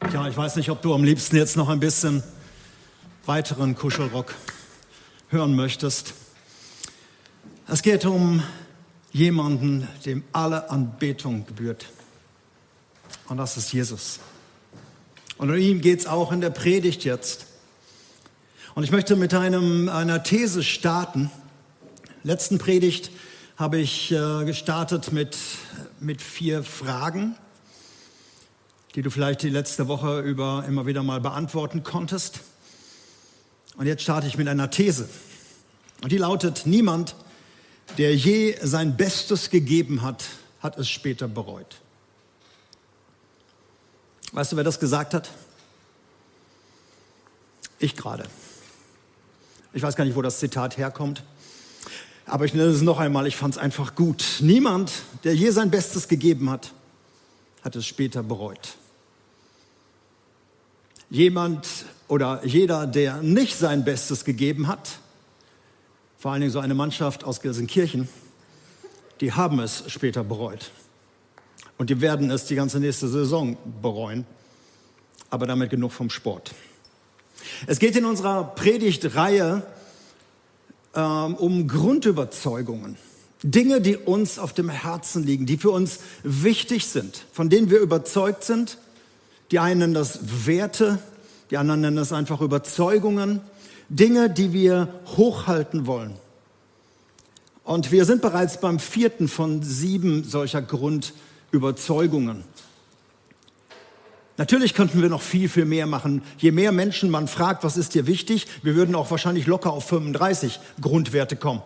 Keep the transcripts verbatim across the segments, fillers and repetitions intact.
Ja, ich weiß nicht, ob du am liebsten jetzt noch ein bisschen weiteren Kuschelrock hören möchtest. Es geht um jemanden, dem alle Anbetung gebührt. Und das ist Jesus. Und um ihn geht es auch in der Predigt jetzt. Und ich möchte mit einem, einer These starten. Letzten Predigt habe ich äh, gestartet mit, mit vier Fragen, die du vielleicht die letzte Woche über immer wieder mal beantworten konntest. Und jetzt starte ich mit einer These. Und die lautet: Niemand, der je sein Bestes gegeben hat, hat es später bereut. Weißt du, wer das gesagt hat? Ich gerade. Ich weiß gar nicht, wo das Zitat herkommt. Aber ich nenne es noch einmal, ich fand es einfach gut. Niemand, der je sein Bestes gegeben hat, hat es später bereut. Jemand oder jeder, der nicht sein Bestes gegeben hat, vor allen Dingen so eine Mannschaft aus Gelsenkirchen, die haben es später bereut. Und die werden es die ganze nächste Saison bereuen. Aber damit genug vom Sport. Es geht in unserer Predigtreihe ähm, um Grundüberzeugungen. Dinge, die uns auf dem Herzen liegen, die für uns wichtig sind, von denen wir überzeugt sind. Die einen nennen das Werte, die anderen nennen das einfach Überzeugungen. Dinge, die wir hochhalten wollen. Und wir sind bereits beim vierten von sieben solcher Grundüberzeugungen. Natürlich könnten wir noch viel, viel mehr machen. Je mehr Menschen man fragt, was ist dir wichtig, wir würden auch wahrscheinlich locker auf fünfunddreißig Grundwerte kommen.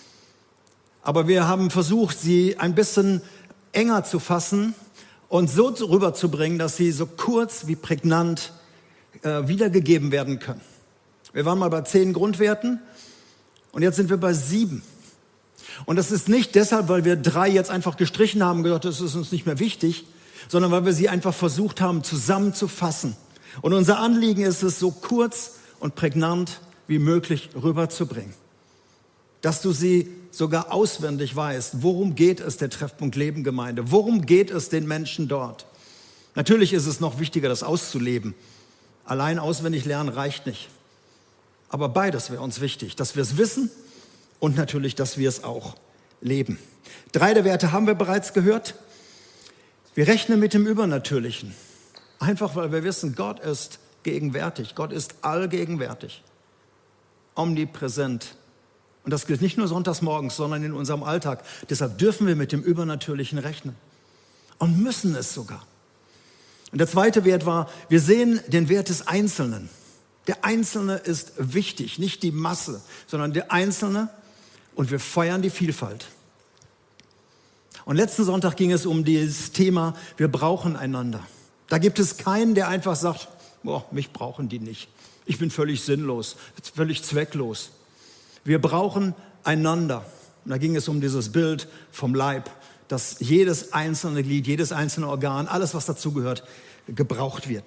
Aber wir haben versucht, sie ein bisschen enger zu fassen und so rüberzubringen, dass sie so kurz wie prägnant äh, wiedergegeben werden können. Wir waren mal bei zehn Grundwerten und jetzt sind wir bei sieben. Und das ist nicht deshalb, weil wir drei jetzt einfach gestrichen haben und gesagt, das ist uns nicht mehr wichtig, sondern weil wir sie einfach versucht haben zusammenzufassen. Und unser Anliegen ist es, so kurz und prägnant wie möglich rüberzubringen. Dass du sie sogar auswendig weißt. Worum geht es der Treffpunkt Leben Gemeinde? Worum geht es den Menschen dort? Natürlich ist es noch wichtiger, das auszuleben. Allein auswendig lernen reicht nicht. Aber beides wäre uns wichtig, dass wir es wissen und natürlich, dass wir es auch leben. Drei der Werte haben wir bereits gehört. Wir rechnen mit dem Übernatürlichen. Einfach, weil wir wissen, Gott ist gegenwärtig. Gott ist allgegenwärtig. Omnipräsent. Und das gilt nicht nur sonntags morgens, sondern in unserem Alltag. Deshalb dürfen wir mit dem Übernatürlichen rechnen. Und müssen es sogar. Und der zweite Wert war, wir sehen den Wert des Einzelnen. Der Einzelne ist wichtig, nicht die Masse, sondern der Einzelne. Und wir feiern die Vielfalt. Und letzten Sonntag ging es um dieses Thema, wir brauchen einander. Da gibt es keinen, der einfach sagt, boah, mich brauchen die nicht. Ich bin völlig sinnlos, völlig zwecklos. Wir brauchen einander. Und da ging es um dieses Bild vom Leib, dass jedes einzelne Glied, jedes einzelne Organ, alles, was dazugehört, gebraucht wird.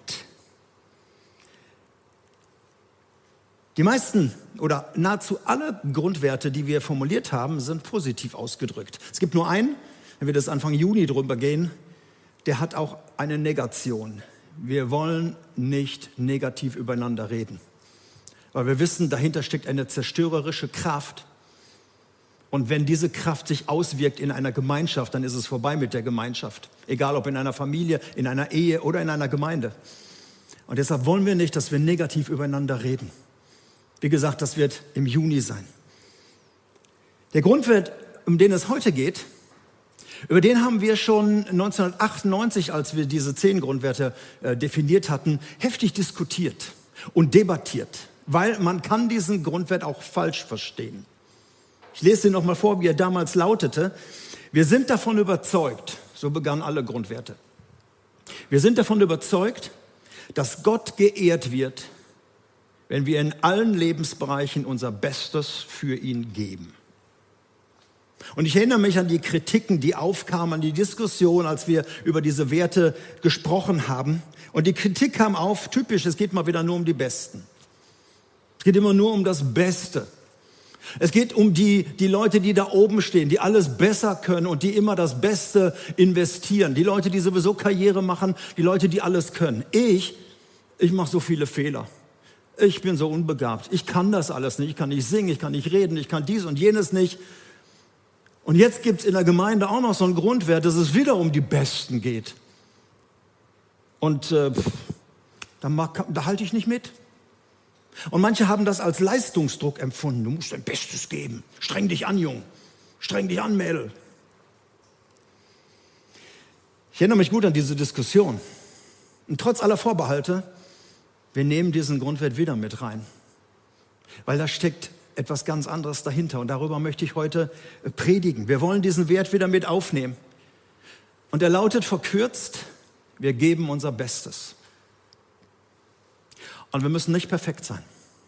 Die meisten oder nahezu alle Grundwerte, die wir formuliert haben, sind positiv ausgedrückt. Es gibt nur einen, wenn wir das Anfang Juni drüber gehen, der hat auch eine Negation. Wir wollen nicht negativ übereinander reden, weil wir wissen, dahinter steckt eine zerstörerische Kraft. Und wenn diese Kraft sich auswirkt in einer Gemeinschaft, dann ist es vorbei mit der Gemeinschaft. Egal ob in einer Familie, in einer Ehe oder in einer Gemeinde. Und deshalb wollen wir nicht, dass wir negativ übereinander reden. Wie gesagt, das wird im Juni sein. Der Grundwert, um den es heute geht, über den haben wir schon neunzehnhundertachtundneunzig, als wir diese zehn Grundwerte äh, definiert hatten, heftig diskutiert und debattiert. Weil man kann diesen Grundwert auch falsch verstehen. Ich lese ihn nochmal vor, wie er damals lautete. Wir sind davon überzeugt, so begannen alle Grundwerte. Wir sind davon überzeugt, dass Gott geehrt wird, wenn wir in allen Lebensbereichen unser Bestes für ihn geben. Und ich erinnere mich an die Kritiken, die aufkamen, an die Diskussion, als wir über diese Werte gesprochen haben. Und die Kritik kam auf, typisch, es geht mal wieder nur um die Besten. Es geht immer nur um das Beste. Es geht um die, die Leute, die da oben stehen, die alles besser können und die immer das Beste investieren. Die Leute, die sowieso Karriere machen, die Leute, die alles können. Ich ich mache so viele Fehler. Ich bin so unbegabt. Ich kann das alles nicht. Ich kann nicht singen, ich kann nicht reden, ich kann dies und jenes nicht. Und jetzt gibt es in der Gemeinde auch noch so einen Grundwert, dass es wieder um die Besten geht. Und äh, da, mag, da halte ich nicht mit. Und manche haben das als Leistungsdruck empfunden. Du musst dein Bestes geben. Streng dich an, Jung. Streng dich an, Mädel. Ich erinnere mich gut an diese Diskussion. Und trotz aller Vorbehalte, wir nehmen diesen Grundwert wieder mit rein. Weil da steckt etwas ganz anderes dahinter. Und darüber möchte ich heute predigen. Wir wollen diesen Wert wieder mit aufnehmen. Und er lautet verkürzt, wir geben unser Bestes. Und wir müssen nicht perfekt sein.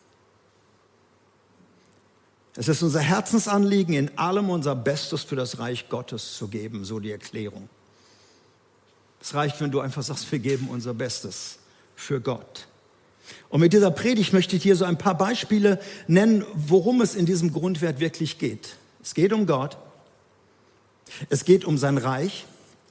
Es ist unser Herzensanliegen, in allem unser Bestes für das Reich Gottes zu geben, so die Erklärung. Es reicht, wenn du einfach sagst, wir geben unser Bestes für Gott. Und mit dieser Predigt möchte ich dir so ein paar Beispiele nennen, worum es in diesem Grundwert wirklich geht. Es geht um Gott, es geht um sein Reich,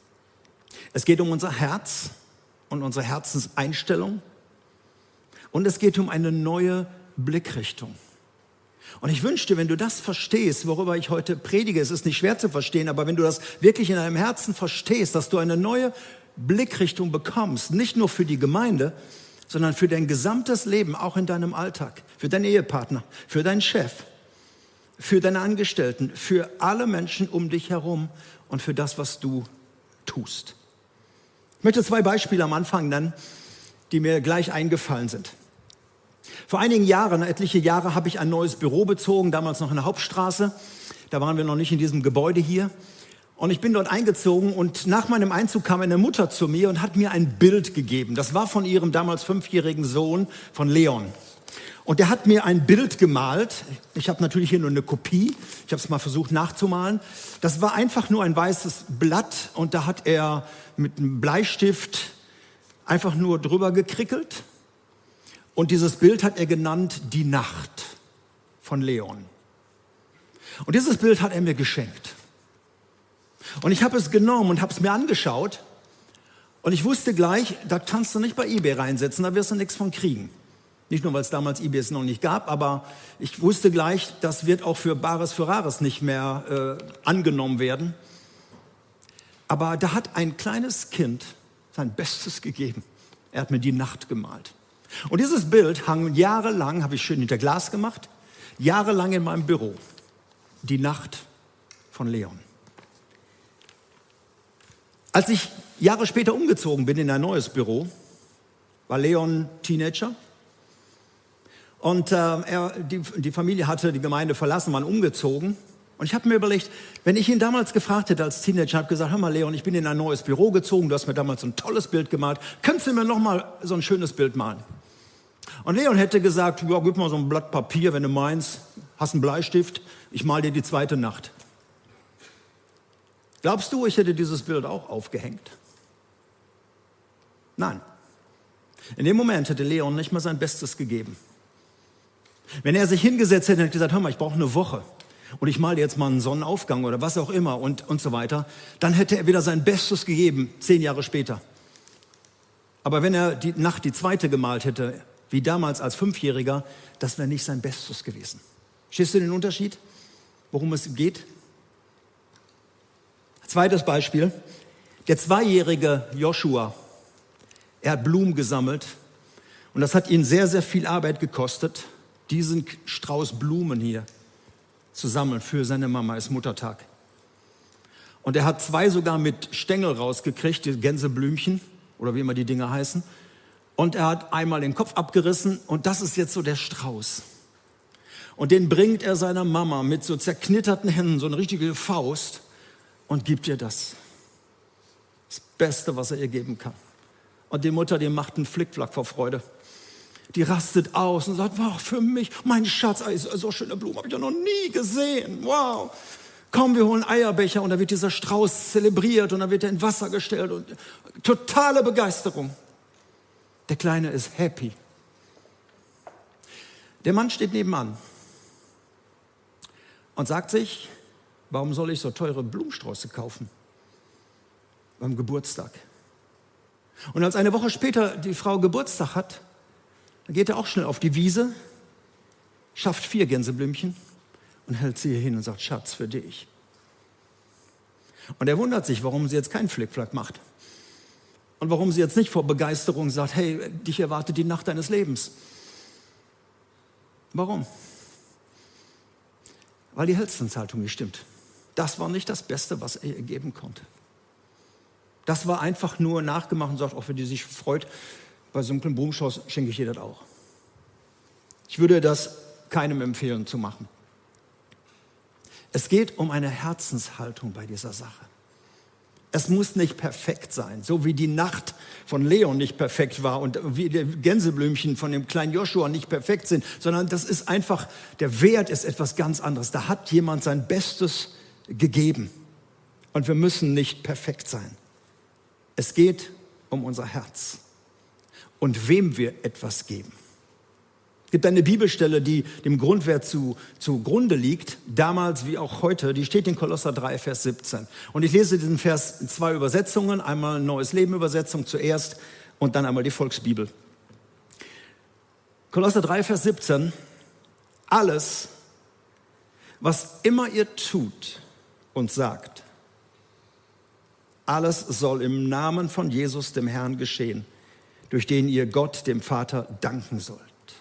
es geht um unser Herz und unsere Herzenseinstellung und es geht um eine neue Blickrichtung. Und ich wünschte, wenn du das verstehst, worüber ich heute predige, es ist nicht schwer zu verstehen, aber wenn du das wirklich in deinem Herzen verstehst, dass du eine neue Blickrichtung bekommst, nicht nur für die Gemeinde, sondern für dein gesamtes Leben, auch in deinem Alltag, für deinen Ehepartner, für deinen Chef, für deine Angestellten, für alle Menschen um dich herum und für das, was du tust. Ich möchte zwei Beispiele am Anfang nennen, die mir gleich eingefallen sind. Vor einigen Jahren, etliche Jahre, habe ich ein neues Büro bezogen, damals noch in der Hauptstraße. Da waren wir noch nicht in diesem Gebäude hier. Und ich bin dort eingezogen und nach meinem Einzug kam eine Mutter zu mir und hat mir ein Bild gegeben. Das war von ihrem damals fünfjährigen Sohn, von Leon. Und der hat mir ein Bild gemalt. Ich habe natürlich hier nur eine Kopie. Ich habe es mal versucht nachzumalen. Das war einfach nur ein weißes Blatt und da hat er mit einem Bleistift einfach nur drüber gekrickelt. Und dieses Bild hat er genannt, die Nacht von Leon. Und dieses Bild hat er mir geschenkt. Und ich habe es genommen und habe es mir angeschaut. Und ich wusste gleich, da kannst du nicht bei eBay reinsetzen, da wirst du nichts von kriegen. Nicht nur, weil es damals eBay es noch nicht gab, aber ich wusste gleich, das wird auch für Bares für Rares nicht mehr äh, angenommen werden. Aber da hat ein kleines Kind sein Bestes gegeben. Er hat mir die Nacht gemalt. Und dieses Bild hang jahrelang, habe ich schön hinter Glas gemacht, jahrelang in meinem Büro. Die Nacht von Leon. Als ich Jahre später umgezogen bin in ein neues Büro, war Leon Teenager. Und äh, er, die, die Familie hatte die Gemeinde verlassen, waren umgezogen. Und ich habe mir überlegt, wenn ich ihn damals gefragt hätte als Teenager, habe gesagt, hör mal Leon, ich bin in ein neues Büro gezogen, du hast mir damals so ein tolles Bild gemalt, kannst du mir noch mal so ein schönes Bild malen? Und Leon hätte gesagt, ja, gib mal so ein Blatt Papier, wenn du meinst, hast einen Bleistift, ich mal dir die zweite Nacht. Glaubst du, ich hätte dieses Bild auch aufgehängt? Nein. In dem Moment hätte Leon nicht mal sein Bestes gegeben. Wenn er sich hingesetzt hätte und gesagt, hör mal, ich brauche eine Woche und ich male jetzt mal einen Sonnenaufgang oder was auch immer und, und so weiter, dann hätte er wieder sein Bestes gegeben, zehn Jahre später. Aber wenn er die Nacht die zweite gemalt hätte, wie damals als Fünfjähriger, das wäre nicht sein Bestes gewesen. Verstehst du den Unterschied, worum es geht? Zweites Beispiel, der zweijährige Joshua, er hat Blumen gesammelt und das hat ihn sehr, sehr viel Arbeit gekostet, diesen Strauß Blumen hier zu sammeln für seine Mama, ist Muttertag. Und er hat zwei sogar mit Stängel rausgekriegt, die Gänseblümchen oder wie immer die Dinger heißen. Und er hat einmal den Kopf abgerissen und das ist jetzt so der Strauß. Und den bringt er seiner Mama mit so zerknitterten Händen, so eine richtige Faust und gibt ihr das. Das Beste, was er ihr geben kann. Und die Mutter, die macht einen Flickflack vor Freude. Die rastet aus und sagt, wow, für mich, mein Schatz, so schöne Blumen habe ich ja noch nie gesehen. Wow. Komm, wir holen Eierbecher und da wird dieser Strauß zelebriert und dann wird er in Wasser gestellt und totale Begeisterung. Der Kleine ist happy. Der Mann steht nebenan und sagt sich, warum soll ich so teure Blumensträuße kaufen beim Geburtstag? Und als eine Woche später die Frau Geburtstag hat, Dann geht er auch schnell auf die Wiese, schafft vier Gänseblümchen und hält sie hier hin und sagt, Schatz, für dich. Und er wundert sich, warum sie jetzt keinen Flickflack macht. Und warum sie jetzt nicht vor Begeisterung sagt, hey, dich erwartet die Nacht deines Lebens. Warum? Weil die Herzenshaltung nicht stimmt. Das war nicht das Beste, was er ihr geben konnte. Das war einfach nur nachgemacht und sagt, auch wenn die sich freut, bei so einem kleinen Blumenstrauß schenke ich ihr das auch. Ich würde das keinem empfehlen zu machen. Es geht um eine Herzenshaltung bei dieser Sache. Es muss nicht perfekt sein, so wie die Nacht von Leon nicht perfekt war und wie die Gänseblümchen von dem kleinen Joshua nicht perfekt sind, sondern das ist einfach, der Wert ist etwas ganz anderes. Da hat jemand sein Bestes gegeben und wir müssen nicht perfekt sein. Es geht um unser Herz und wem wir etwas geben. Es gibt eine Bibelstelle, die dem Grundwert zu, zugrunde liegt, damals wie auch heute, die steht in Kolosser drei, Vers siebzehn. Und ich lese diesen Vers in zwei Übersetzungen, einmal Neues Leben Übersetzung zuerst und dann einmal die Volksbibel. Kolosser drei, Vers siebzehn, alles, was immer ihr tut und sagt, alles soll im Namen von Jesus, dem Herrn, geschehen, durch den ihr Gott, dem Vater, danken sollt.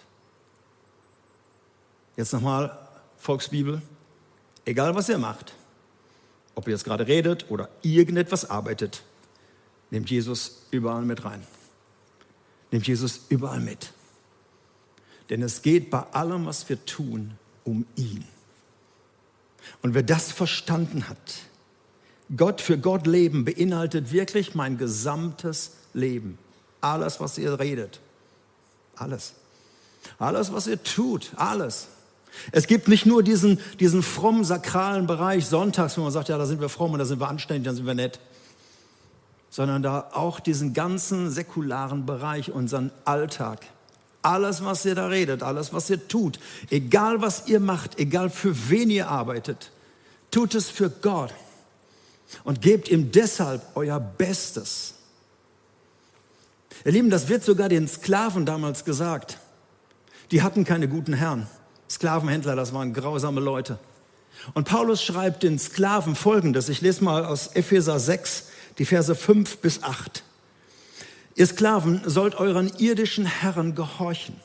Jetzt nochmal Volksbibel. Egal, was ihr macht, ob ihr jetzt gerade redet oder irgendetwas arbeitet, nehmt Jesus überall mit rein. Nehmt Jesus überall mit. Denn es geht bei allem, was wir tun, um ihn. Und wer das verstanden hat, Gott für Gott leben beinhaltet wirklich mein gesamtes Leben. Alles, was ihr redet. Alles. Alles, was ihr tut. Alles. Es gibt nicht nur diesen, diesen frommen, sakralen Bereich sonntags, wo man sagt, ja, da sind wir fromm und da sind wir anständig, da sind wir nett. Sondern da auch diesen ganzen säkularen Bereich, unseren Alltag. Alles, was ihr da redet, alles, was ihr tut, egal was ihr macht, egal für wen ihr arbeitet, tut es für Gott und gebt ihm deshalb euer Bestes. Ihr Lieben, das wird sogar den Sklaven damals gesagt. Die hatten keine guten Herren. Sklavenhändler, das waren grausame Leute. Und Paulus schreibt den Sklaven Folgendes. Ich lese mal aus Epheser sechs, die Verse fünf bis acht. Ihr Sklaven sollt euren irdischen Herren gehorchen.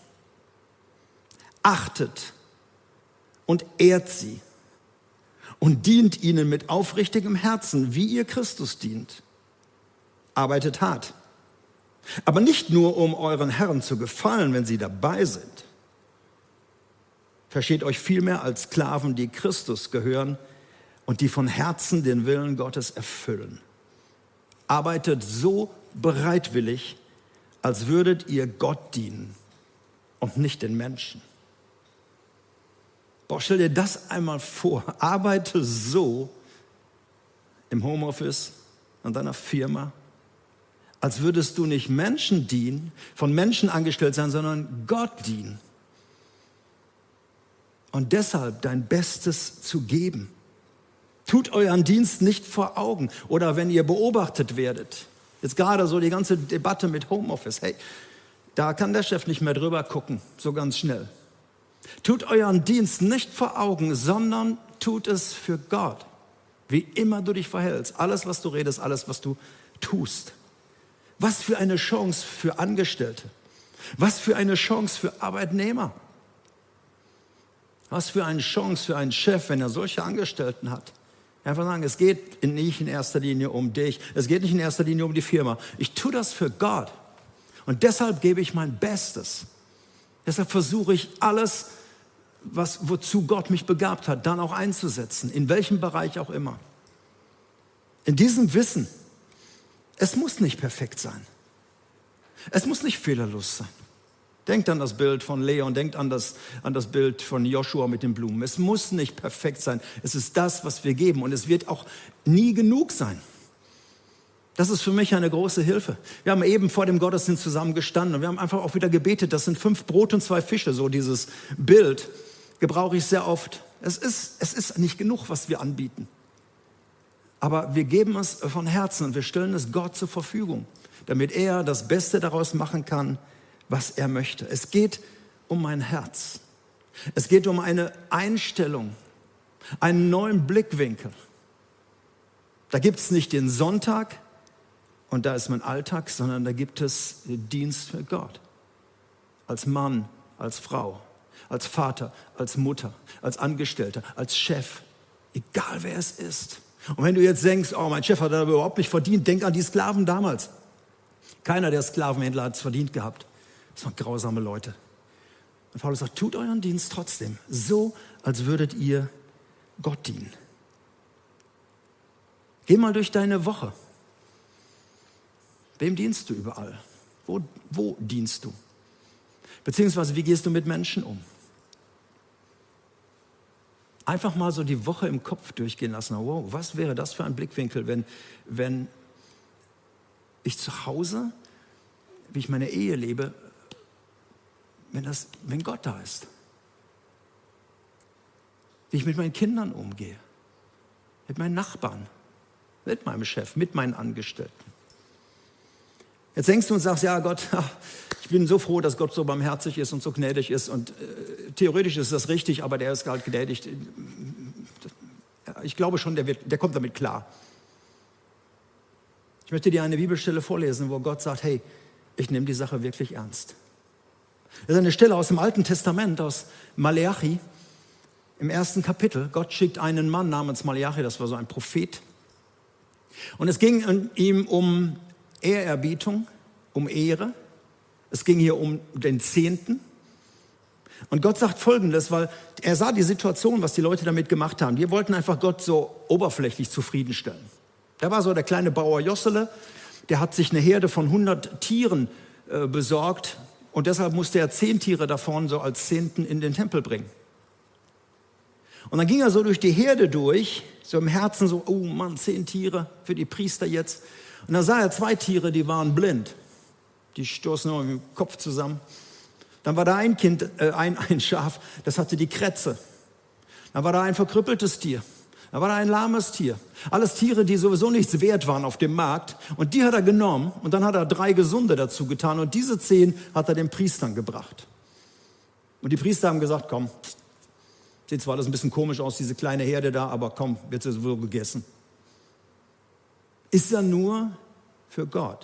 Achtet und ehrt sie und dient ihnen mit aufrichtigem Herzen, wie ihr Christus dient. Arbeitet hart. Aber nicht nur, um euren Herren zu gefallen, wenn sie dabei sind. Versteht euch vielmehr als Sklaven, die Christus gehören und die von Herzen den Willen Gottes erfüllen. Arbeitet so bereitwillig, als würdet ihr Gott dienen und nicht den Menschen. Boah, stell dir das einmal vor. Arbeite so im Homeoffice, an deiner Firma, als würdest du nicht Menschen dienen, von Menschen angestellt sein, sondern Gott dienen. Und deshalb dein Bestes zu geben. Tut euren Dienst nicht vor Augen. Oder wenn ihr beobachtet werdet, jetzt gerade so die ganze Debatte mit Homeoffice, hey, da kann der Chef nicht mehr drüber gucken, so ganz schnell. Tut euren Dienst nicht vor Augen, sondern tut es für Gott. Wie immer du dich verhältst, alles, was du redest, alles, was du tust. Was für eine Chance für Angestellte. Was für eine Chance für Arbeitnehmer. Was für eine Chance für einen Chef, wenn er solche Angestellten hat. Einfach sagen, es geht nicht in erster Linie um dich. Es geht nicht in erster Linie um die Firma. Ich tue das für Gott. Und deshalb gebe ich mein Bestes. Deshalb versuche ich alles, was, wozu Gott mich begabt hat, dann auch einzusetzen. In welchem Bereich auch immer. In diesem Wissen, es muss nicht perfekt sein. Es muss nicht fehlerlos sein. Denkt an das Bild von Leon, denkt an das, an das Bild von Joshua mit den Blumen. Es muss nicht perfekt sein. Es ist das, was wir geben. Und es wird auch nie genug sein. Das ist für mich eine große Hilfe. Wir haben eben vor dem Gottesdienst zusammen gestanden und wir haben einfach auch wieder gebetet. Das sind fünf Brot und zwei Fische, so dieses Bild gebrauche ich sehr oft. Es ist, es ist nicht genug, was wir anbieten. Aber wir geben es von Herzen und wir stellen es Gott zur Verfügung, damit er das Beste daraus machen kann, was er möchte. Es geht um mein Herz. Es geht um eine Einstellung, einen neuen Blickwinkel. Da gibt es nicht den Sonntag und da ist mein Alltag, sondern da gibt es Dienst für Gott. Als Mann, als Frau, als Vater, als Mutter, als Angestellter, als Chef, egal wer es ist. Und wenn du jetzt denkst, oh, mein Chef hat das überhaupt nicht verdient, denk an die Sklaven damals. Keiner der Sklavenhändler hat es verdient gehabt. Das waren grausame Leute. Und Paulus sagt, tut euren Dienst trotzdem, so als würdet ihr Gott dienen. Geh mal durch deine Woche. Wem dienst du überall? Wo, wo dienst du? Beziehungsweise, wie gehst du mit Menschen um? Einfach mal so die Woche im Kopf durchgehen lassen. Wow, was wäre das für ein Blickwinkel, wenn, wenn ich zu Hause, wie ich meine Ehe lebe, wenn, das, wenn Gott da ist. Wie ich mit meinen Kindern umgehe, mit meinen Nachbarn, mit meinem Chef, mit meinen Angestellten. Jetzt denkst du und sagst, ja Gott, ich bin so froh, dass Gott so barmherzig ist und so gnädig ist und äh, theoretisch ist das richtig, aber der ist halt gnädig. Ich glaube schon, der, wird, der kommt damit klar. Ich möchte dir eine Bibelstelle vorlesen, wo Gott sagt, hey, ich nehme die Sache wirklich ernst. Das ist eine Stelle aus dem Alten Testament, aus Maleachi, im ersten Kapitel. Gott schickt einen Mann namens Maleachi, das war so ein Prophet. Und es ging ihm um Ehrerbietung, um Ehre. Es ging hier um den Zehnten. Und Gott sagt Folgendes, weil er sah die Situation, was die Leute damit gemacht haben. Die wollten einfach Gott so oberflächlich zufriedenstellen. Da war so der kleine Bauer Jossele, der hat sich eine Herde von hundert Tieren äh, besorgt und deshalb musste er zehn Tiere davon so als Zehnten in den Tempel bringen. Und dann ging er so durch die Herde durch, so im Herzen so, oh Mann, zehn Tiere für die Priester jetzt. Und dann sah er zwei Tiere, die waren blind. Die stoßen nur mit dem Kopf zusammen. Dann war da ein Kind, äh, ein, ein Schaf, das hatte die Krätze. Dann war da ein verkrüppeltes Tier. Dann war da ein lahmes Tier. Alles Tiere, die sowieso nichts wert waren auf dem Markt. Und die hat er genommen und dann hat er drei Gesunde dazu getan. Und diese zehn hat er den Priestern gebracht. Und die Priester haben gesagt, komm, sieht zwar alles ein bisschen komisch aus, diese kleine Herde da, aber komm, wird sie sowieso gegessen. Ist ja nur für Gott.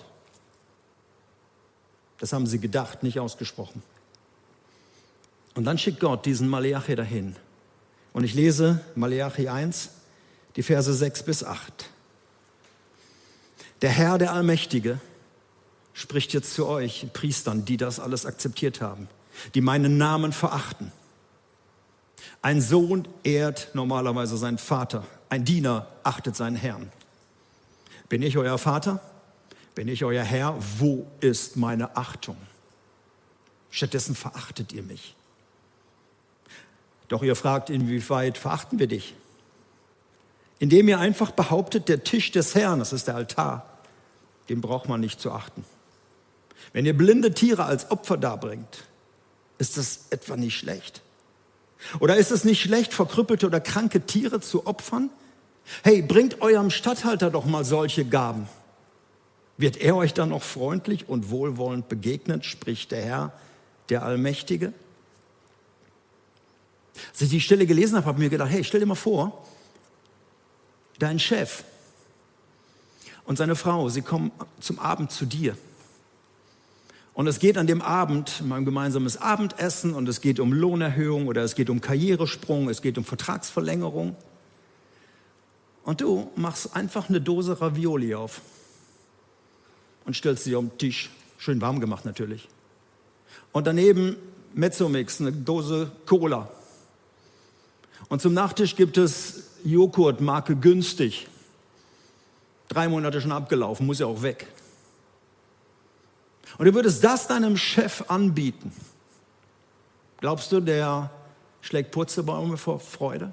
Das haben sie gedacht, nicht ausgesprochen. Und dann schickt Gott diesen Maleachi dahin. Und ich lese Maleachi eins, die Verse sechs bis acht. Der Herr, der Allmächtige, spricht jetzt zu euch, Priestern, die das alles akzeptiert haben, die meinen Namen verachten. Ein Sohn ehrt normalerweise seinen Vater, ein Diener achtet seinen Herrn. Bin ich euer Vater? Bin ich euer Herr? Wo ist meine Achtung? Stattdessen verachtet ihr mich. Doch ihr fragt, inwieweit verachten wir dich? Indem ihr einfach behauptet, der Tisch des Herrn, das ist der Altar, den braucht man nicht zu achten. Wenn ihr blinde Tiere als Opfer darbringt, ist das etwa nicht schlecht? Oder ist es nicht schlecht, verkrüppelte oder kranke Tiere zu opfern? Hey, bringt eurem Statthalter doch mal solche Gaben. Wird er euch dann noch freundlich und wohlwollend begegnen, spricht der Herr, der Allmächtige? Als ich die Stelle gelesen habe, habe ich mir gedacht, hey, stell dir mal vor, dein Chef und seine Frau, sie kommen zum Abend zu dir. Und es geht an dem Abend um ein gemeinsames Abendessen und es geht um Lohnerhöhung oder es geht um Karrieresprung, es geht um Vertragsverlängerung. Und du machst einfach eine Dose Ravioli auf und stellst sie auf den Tisch, schön warm gemacht natürlich. Und daneben Mezzomix, eine Dose Cola. Und zum Nachtisch gibt es Joghurt, Marke günstig. Drei Monate schon abgelaufen, muss ja auch weg. Und du würdest das deinem Chef anbieten. Glaubst du, der schlägt Purzelbäume vor Freude?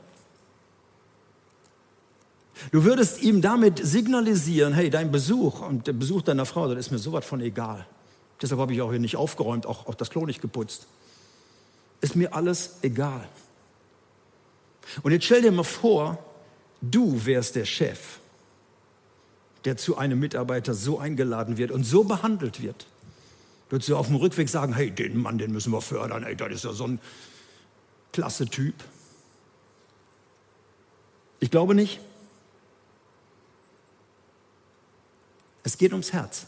Du würdest ihm damit signalisieren, hey, dein Besuch und der Besuch deiner Frau, das ist mir sowas von egal. Deshalb habe ich auch hier nicht aufgeräumt, auch, auch das Klo nicht geputzt. Ist mir alles egal. Und jetzt stell dir mal vor, du wärst der Chef, der zu einem Mitarbeiter so eingeladen wird und so behandelt wird. Würdest du auf dem Rückweg sagen, hey, den Mann, den müssen wir fördern, ey, das ist ja so ein klasse Typ. Ich glaube nicht. Es geht ums Herz.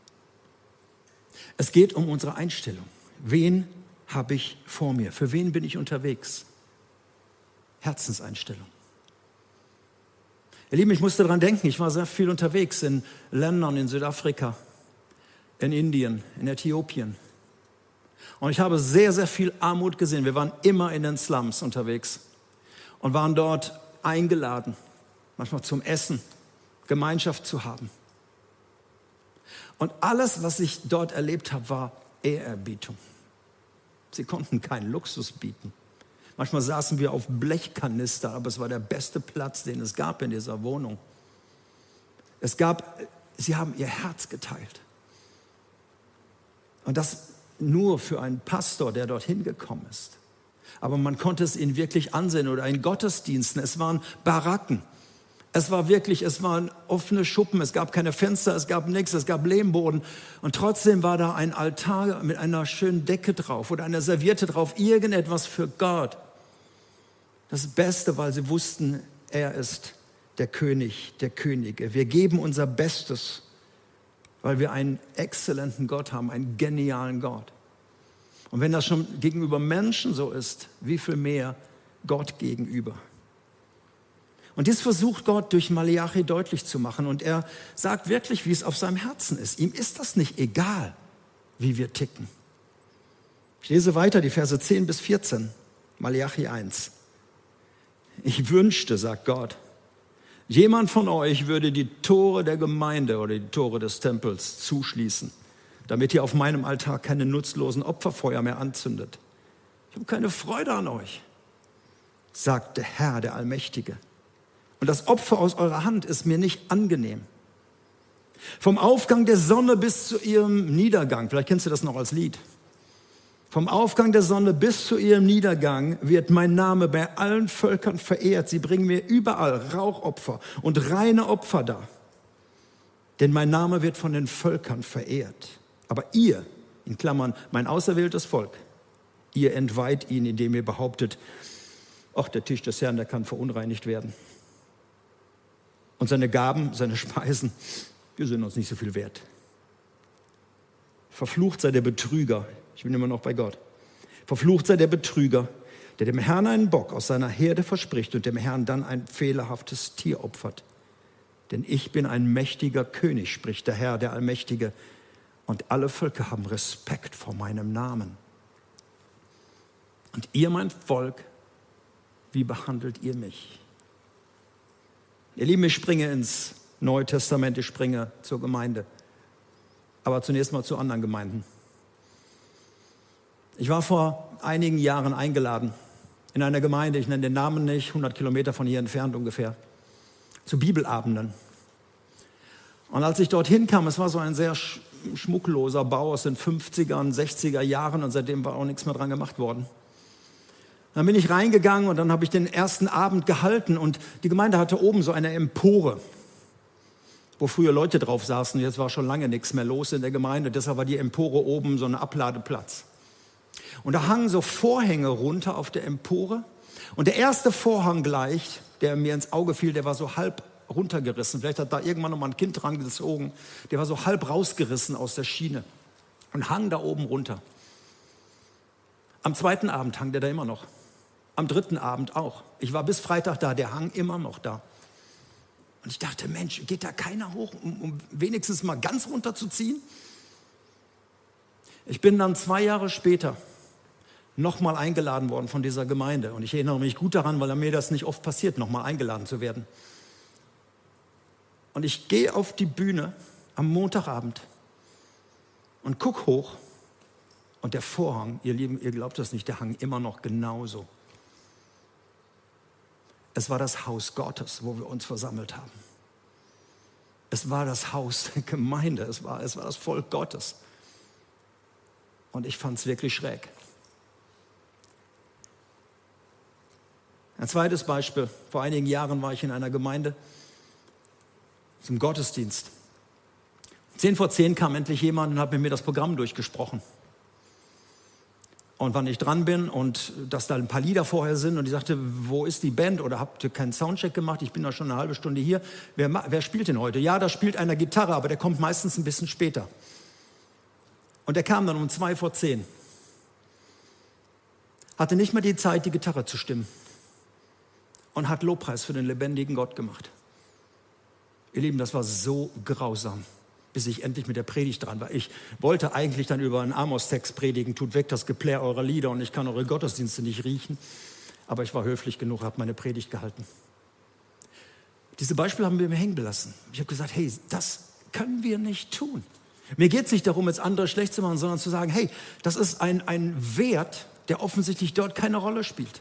Es geht um unsere Einstellung. Wen habe ich vor mir? Für wen bin ich unterwegs? Herzenseinstellung. Ihr Lieben, ich musste daran denken, ich war sehr viel unterwegs in Ländern in Südafrika, in Indien, in Äthiopien. Und ich habe sehr, sehr viel Armut gesehen. Wir waren immer in den Slums unterwegs und waren dort eingeladen, manchmal zum Essen, Gemeinschaft zu haben. Und alles, was ich dort erlebt habe, war Ehrerbietung. Sie konnten keinen Luxus bieten. Manchmal saßen wir auf Blechkanister, aber es war der beste Platz, den es gab in dieser Wohnung. Es gab, sie haben ihr Herz geteilt. Und das nur für einen Pastor, der dorthin gekommen ist. Aber man konnte es ihnen wirklich ansehen oder in Gottesdiensten. Es waren Baracken. Es war wirklich, es waren offene Schuppen, es gab keine Fenster, es gab nichts, es gab Lehmboden. Und trotzdem war da ein Altar mit einer schönen Decke drauf oder einer Serviette drauf, irgendetwas für Gott. Das Beste, weil sie wussten, er ist der König der Könige. Wir geben unser Bestes, weil wir einen exzellenten Gott haben, einen genialen Gott. Und wenn das schon gegenüber Menschen so ist, wie viel mehr Gott gegenüber? Und dies versucht Gott durch Maleachi deutlich zu machen. Und er sagt wirklich, wie es auf seinem Herzen ist. Ihm ist das nicht egal, wie wir ticken. Ich lese weiter, die Verse zehn bis vierzehn, Maleachi eins. Ich wünschte, sagt Gott, jemand von euch würde die Tore der Gemeinde oder die Tore des Tempels zuschließen, damit ihr auf meinem Altar keine nutzlosen Opferfeuer mehr anzündet. Ich habe keine Freude an euch, sagt der Herr, der Allmächtige. Und das Opfer aus eurer Hand ist mir nicht angenehm. Vom Aufgang der Sonne bis zu ihrem Niedergang, vielleicht kennst du das noch als Lied. Vom Aufgang der Sonne bis zu ihrem Niedergang wird mein Name bei allen Völkern verehrt. Sie bringen mir überall Rauchopfer und reine Opfer dar. Denn mein Name wird von den Völkern verehrt. Aber ihr, in Klammern, mein auserwähltes Volk, ihr entweiht ihn, indem ihr behauptet, ach, der Tisch des Herrn, der kann verunreinigt werden. Und seine Gaben, seine Speisen, die sind uns nicht so viel wert. Verflucht sei der Betrüger, ich bin immer noch bei Gott. Verflucht sei der Betrüger, der dem Herrn einen Bock aus seiner Herde verspricht und dem Herrn dann ein fehlerhaftes Tier opfert. Denn ich bin ein mächtiger König, spricht der Herr, der Allmächtige, und alle Völker haben Respekt vor meinem Namen. Und ihr, mein Volk, wie behandelt ihr mich? Ihr Lieben, ich springe ins Neue Testament, ich springe zur Gemeinde. Aber zunächst mal zu anderen Gemeinden. Ich war vor einigen Jahren eingeladen in einer Gemeinde, ich nenne den Namen nicht, hundert Kilometer von hier entfernt ungefähr, zu Bibelabenden. Und als ich dorthin kam, es war so ein sehr schmuckloser Bau aus den fünfziger, sechziger Jahren und seitdem war auch nichts mehr dran gemacht worden. Dann bin ich reingegangen und dann habe ich den ersten Abend gehalten und die Gemeinde hatte oben so eine Empore, wo früher Leute drauf saßen. Jetzt war schon lange nichts mehr los in der Gemeinde, deshalb war die Empore oben so ein Abladeplatz. Und da hangen so Vorhänge runter auf der Empore und der erste Vorhang gleich, der mir ins Auge fiel, der war so halb runtergerissen. Vielleicht hat da irgendwann noch mal ein Kind dran gezogen. Der war so halb rausgerissen aus der Schiene und hang da oben runter. Am zweiten Abend hang der da immer noch. Am dritten Abend auch. Ich war bis Freitag da, der hang immer noch da. Und ich dachte, Mensch, geht da keiner hoch, um, um wenigstens mal ganz runterzuziehen? Ich bin dann zwei Jahre später nochmal eingeladen worden von dieser Gemeinde. Und ich erinnere mich gut daran, weil mir das nicht oft passiert, nochmal eingeladen zu werden. Und ich gehe auf die Bühne am Montagabend und guck hoch. Und der Vorhang, ihr Lieben, ihr glaubt das nicht, der hang immer noch genauso. Es war das Haus Gottes, wo wir uns versammelt haben. Es war das Haus der Gemeinde, es war, es war das Volk Gottes. Und ich fand es wirklich schräg. Ein zweites Beispiel. Vor einigen Jahren war ich in einer Gemeinde zum Gottesdienst. Zehn vor zehn kam endlich jemand und hat mit mir das Programm durchgesprochen. Und wann ich dran bin und dass da ein paar Lieder vorher sind und ich sagte, wo ist die Band oder habt ihr keinen Soundcheck gemacht? Ich bin da schon eine halbe Stunde hier. Wer, wer spielt denn heute? Ja, da spielt einer Gitarre, aber der kommt meistens ein bisschen später. Und er kam dann um zwei vor zehn. Hatte nicht mehr die Zeit, die Gitarre zu stimmen. Und hat Lobpreis für den lebendigen Gott gemacht. Ihr Lieben, das war so grausam, bis ich endlich mit der Predigt dran war. Ich wollte eigentlich dann über einen Amos-Text predigen, tut weg das Geplär eurer Lieder und ich kann eure Gottesdienste nicht riechen. Aber ich war höflich genug, habe meine Predigt gehalten. Diese Beispiele haben wir mir hängen gelassen. Ich habe gesagt, hey, das können wir nicht tun. Mir geht es nicht darum, jetzt andere schlecht zu machen, sondern zu sagen, hey, das ist ein, ein Wert, der offensichtlich dort keine Rolle spielt.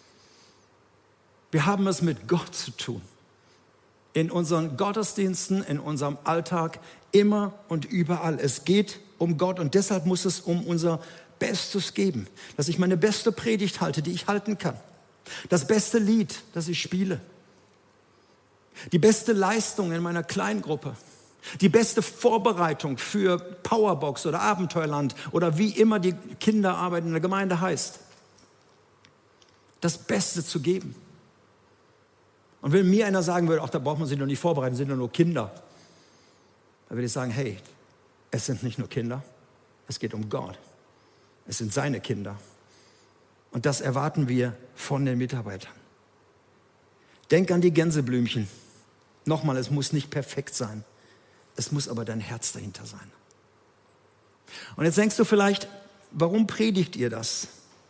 Wir haben es mit Gott zu tun. In unseren Gottesdiensten, in unserem Alltag, immer und überall. Es geht um Gott und deshalb muss es um unser Bestes geben. Dass ich meine beste Predigt halte, die ich halten kann. Das beste Lied, das ich spiele. Die beste Leistung in meiner Kleingruppe. Die beste Vorbereitung für Powerbox oder Abenteuerland oder wie immer die Kinderarbeit in der Gemeinde heißt. Das Beste zu geben. Und wenn mir einer sagen würde, ach, da braucht man sich noch nicht vorbereiten, sind doch nur Kinder. Dann würde ich sagen, hey, es sind nicht nur Kinder, es geht um Gott. Es sind seine Kinder. Und das erwarten wir von den Mitarbeitern. Denk an die Gänseblümchen. Nochmal, es muss nicht perfekt sein. Es muss aber dein Herz dahinter sein. Und jetzt denkst du vielleicht, warum predigt ihr das?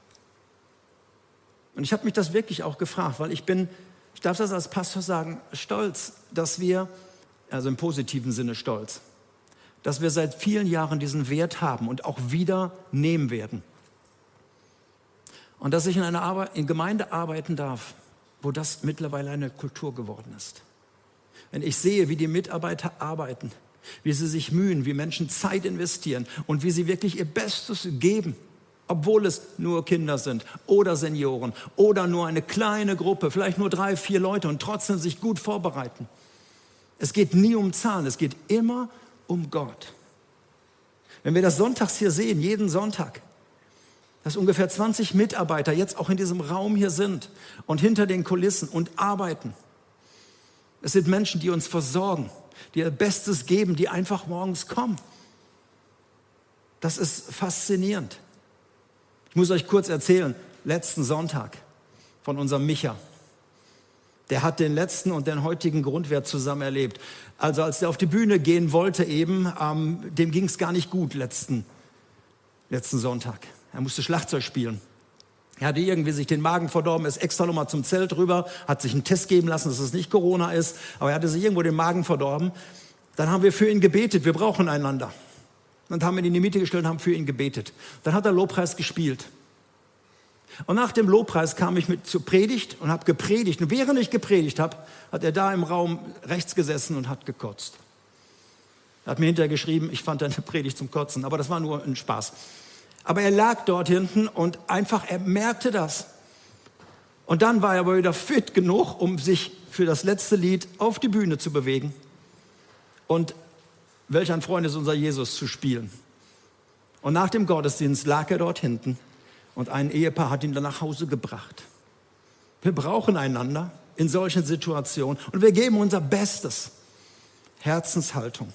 Und ich habe mich das wirklich auch gefragt, weil ich bin, ich darf das als Pastor sagen, stolz, dass wir, also im positiven Sinne stolz, dass wir seit vielen Jahren diesen Wert haben und auch wieder nehmen werden. Und dass ich in einer Arbeit, in Gemeinde arbeiten darf, wo das mittlerweile eine Kultur geworden ist. Wenn ich sehe, wie die Mitarbeiter arbeiten, wie sie sich mühen, wie Menschen Zeit investieren und wie sie wirklich ihr Bestes geben, obwohl es nur Kinder sind oder Senioren oder nur eine kleine Gruppe, vielleicht nur drei, vier Leute und trotzdem sich gut vorbereiten. Es geht nie um Zahlen, es geht immer um Gott. Wenn wir das sonntags hier sehen, jeden Sonntag, dass ungefähr zwanzig Mitarbeiter jetzt auch in diesem Raum hier sind und hinter den Kulissen und arbeiten. Es sind Menschen, die uns versorgen, die ihr Bestes geben, die einfach morgens kommen. Das ist faszinierend. Ich muss euch kurz erzählen, letzten Sonntag von unserem Micha. Der hat den letzten und den heutigen Grundwert zusammen erlebt. Also als er auf die Bühne gehen wollte eben, ähm, dem ging es gar nicht gut letzten, letzten Sonntag. Er musste Schlagzeug spielen. Er hatte irgendwie sich den Magen verdorben, ist extra nochmal zum Zelt rüber, hat sich einen Test geben lassen, dass es nicht Corona ist, aber er hatte sich irgendwo den Magen verdorben. Dann haben wir für ihn gebetet, wir brauchen einander. Dann haben wir ihn in die Mitte gestellt und haben für ihn gebetet. Dann hat er Lobpreis gespielt. Und nach dem Lobpreis kam ich mit zur Predigt und habe gepredigt. Und während ich gepredigt habe, hat er da im Raum rechts gesessen und hat gekotzt. Er hat mir hinterher geschrieben, ich fand deine Predigt zum Kotzen, aber das war nur ein Spaß. Aber er lag dort hinten und einfach, er merkte das. Und dann war er aber wieder fit genug, um sich für das letzte Lied auf die Bühne zu bewegen und welch ein Freund ist unser Jesus zu spielen. Und nach dem Gottesdienst lag er dort hinten und ein Ehepaar hat ihn dann nach Hause gebracht. Wir brauchen einander in solchen Situationen und wir geben unser Bestes. Herzenshaltung.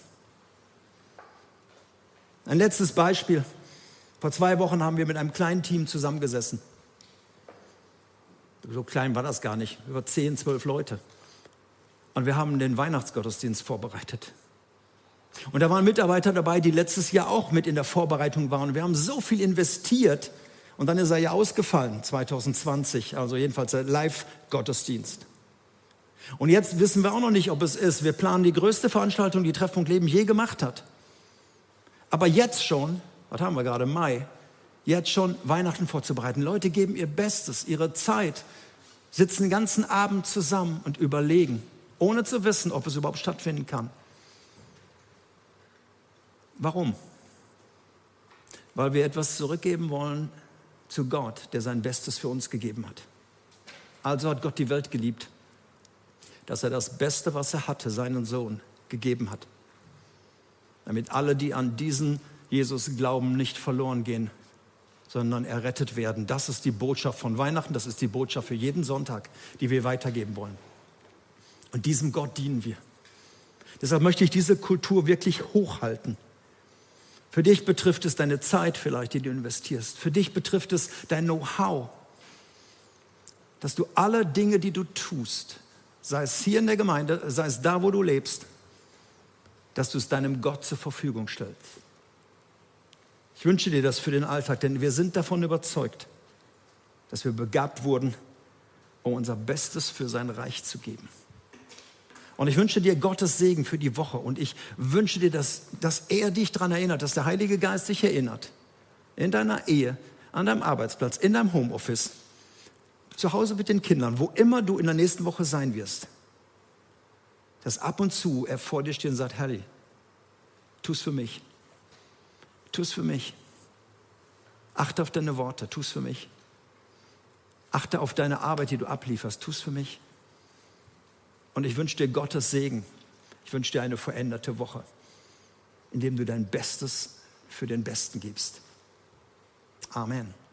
Ein letztes Beispiel. Vor zwei Wochen haben wir mit einem kleinen Team zusammengesessen. So klein war das gar nicht, über zehn, zwölf Leute. Und wir haben den Weihnachtsgottesdienst vorbereitet. Und da waren Mitarbeiter dabei, die letztes Jahr auch mit in der Vorbereitung waren. Wir haben so viel investiert und dann ist er ja ausgefallen, zwanzig zwanzig, also jedenfalls der Live-Gottesdienst. Und jetzt wissen wir auch noch nicht, ob es ist. Wir planen die größte Veranstaltung, die Treffpunkt Leben je gemacht hat. Aber jetzt schon, was haben wir gerade, Mai, jetzt schon Weihnachten vorzubereiten. Leute geben ihr Bestes, ihre Zeit, sitzen den ganzen Abend zusammen und überlegen, ohne zu wissen, ob es überhaupt stattfinden kann. Warum? Weil wir etwas zurückgeben wollen zu Gott, der sein Bestes für uns gegeben hat. Also hat Gott die Welt geliebt, dass er das Beste, was er hatte, seinen Sohn gegeben hat. damit alle, die an diesen Jesus glauben, nicht verloren gehen, sondern errettet werden. Das ist die Botschaft von Weihnachten, das ist die Botschaft für jeden Sonntag, die wir weitergeben wollen. Und diesem Gott dienen wir. Deshalb möchte ich diese Kultur wirklich hochhalten. Für dich betrifft es deine Zeit vielleicht, die du investierst. Für dich betrifft es dein Know-how, dass du alle Dinge, die du tust, sei es hier in der Gemeinde, sei es da, wo du lebst, dass du es deinem Gott zur Verfügung stellst. Ich wünsche dir das für den Alltag, denn wir sind davon überzeugt, dass wir begabt wurden, um unser Bestes für sein Reich zu geben. Und ich wünsche dir Gottes Segen für die Woche und ich wünsche dir, dass, dass er dich daran erinnert, dass der Heilige Geist dich erinnert, in deiner Ehe, an deinem Arbeitsplatz, in deinem Homeoffice, zu Hause mit den Kindern, wo immer du in der nächsten Woche sein wirst, dass ab und zu er vor dir steht und sagt, Herrli, tu es für mich, tu es für mich, achte auf deine Worte, tu es für mich, achte auf deine Arbeit, die du ablieferst, tu es für mich. Und ich wünsche dir Gottes Segen. Ich wünsche dir eine veränderte Woche, indem du dein Bestes für den Besten gibst. Amen.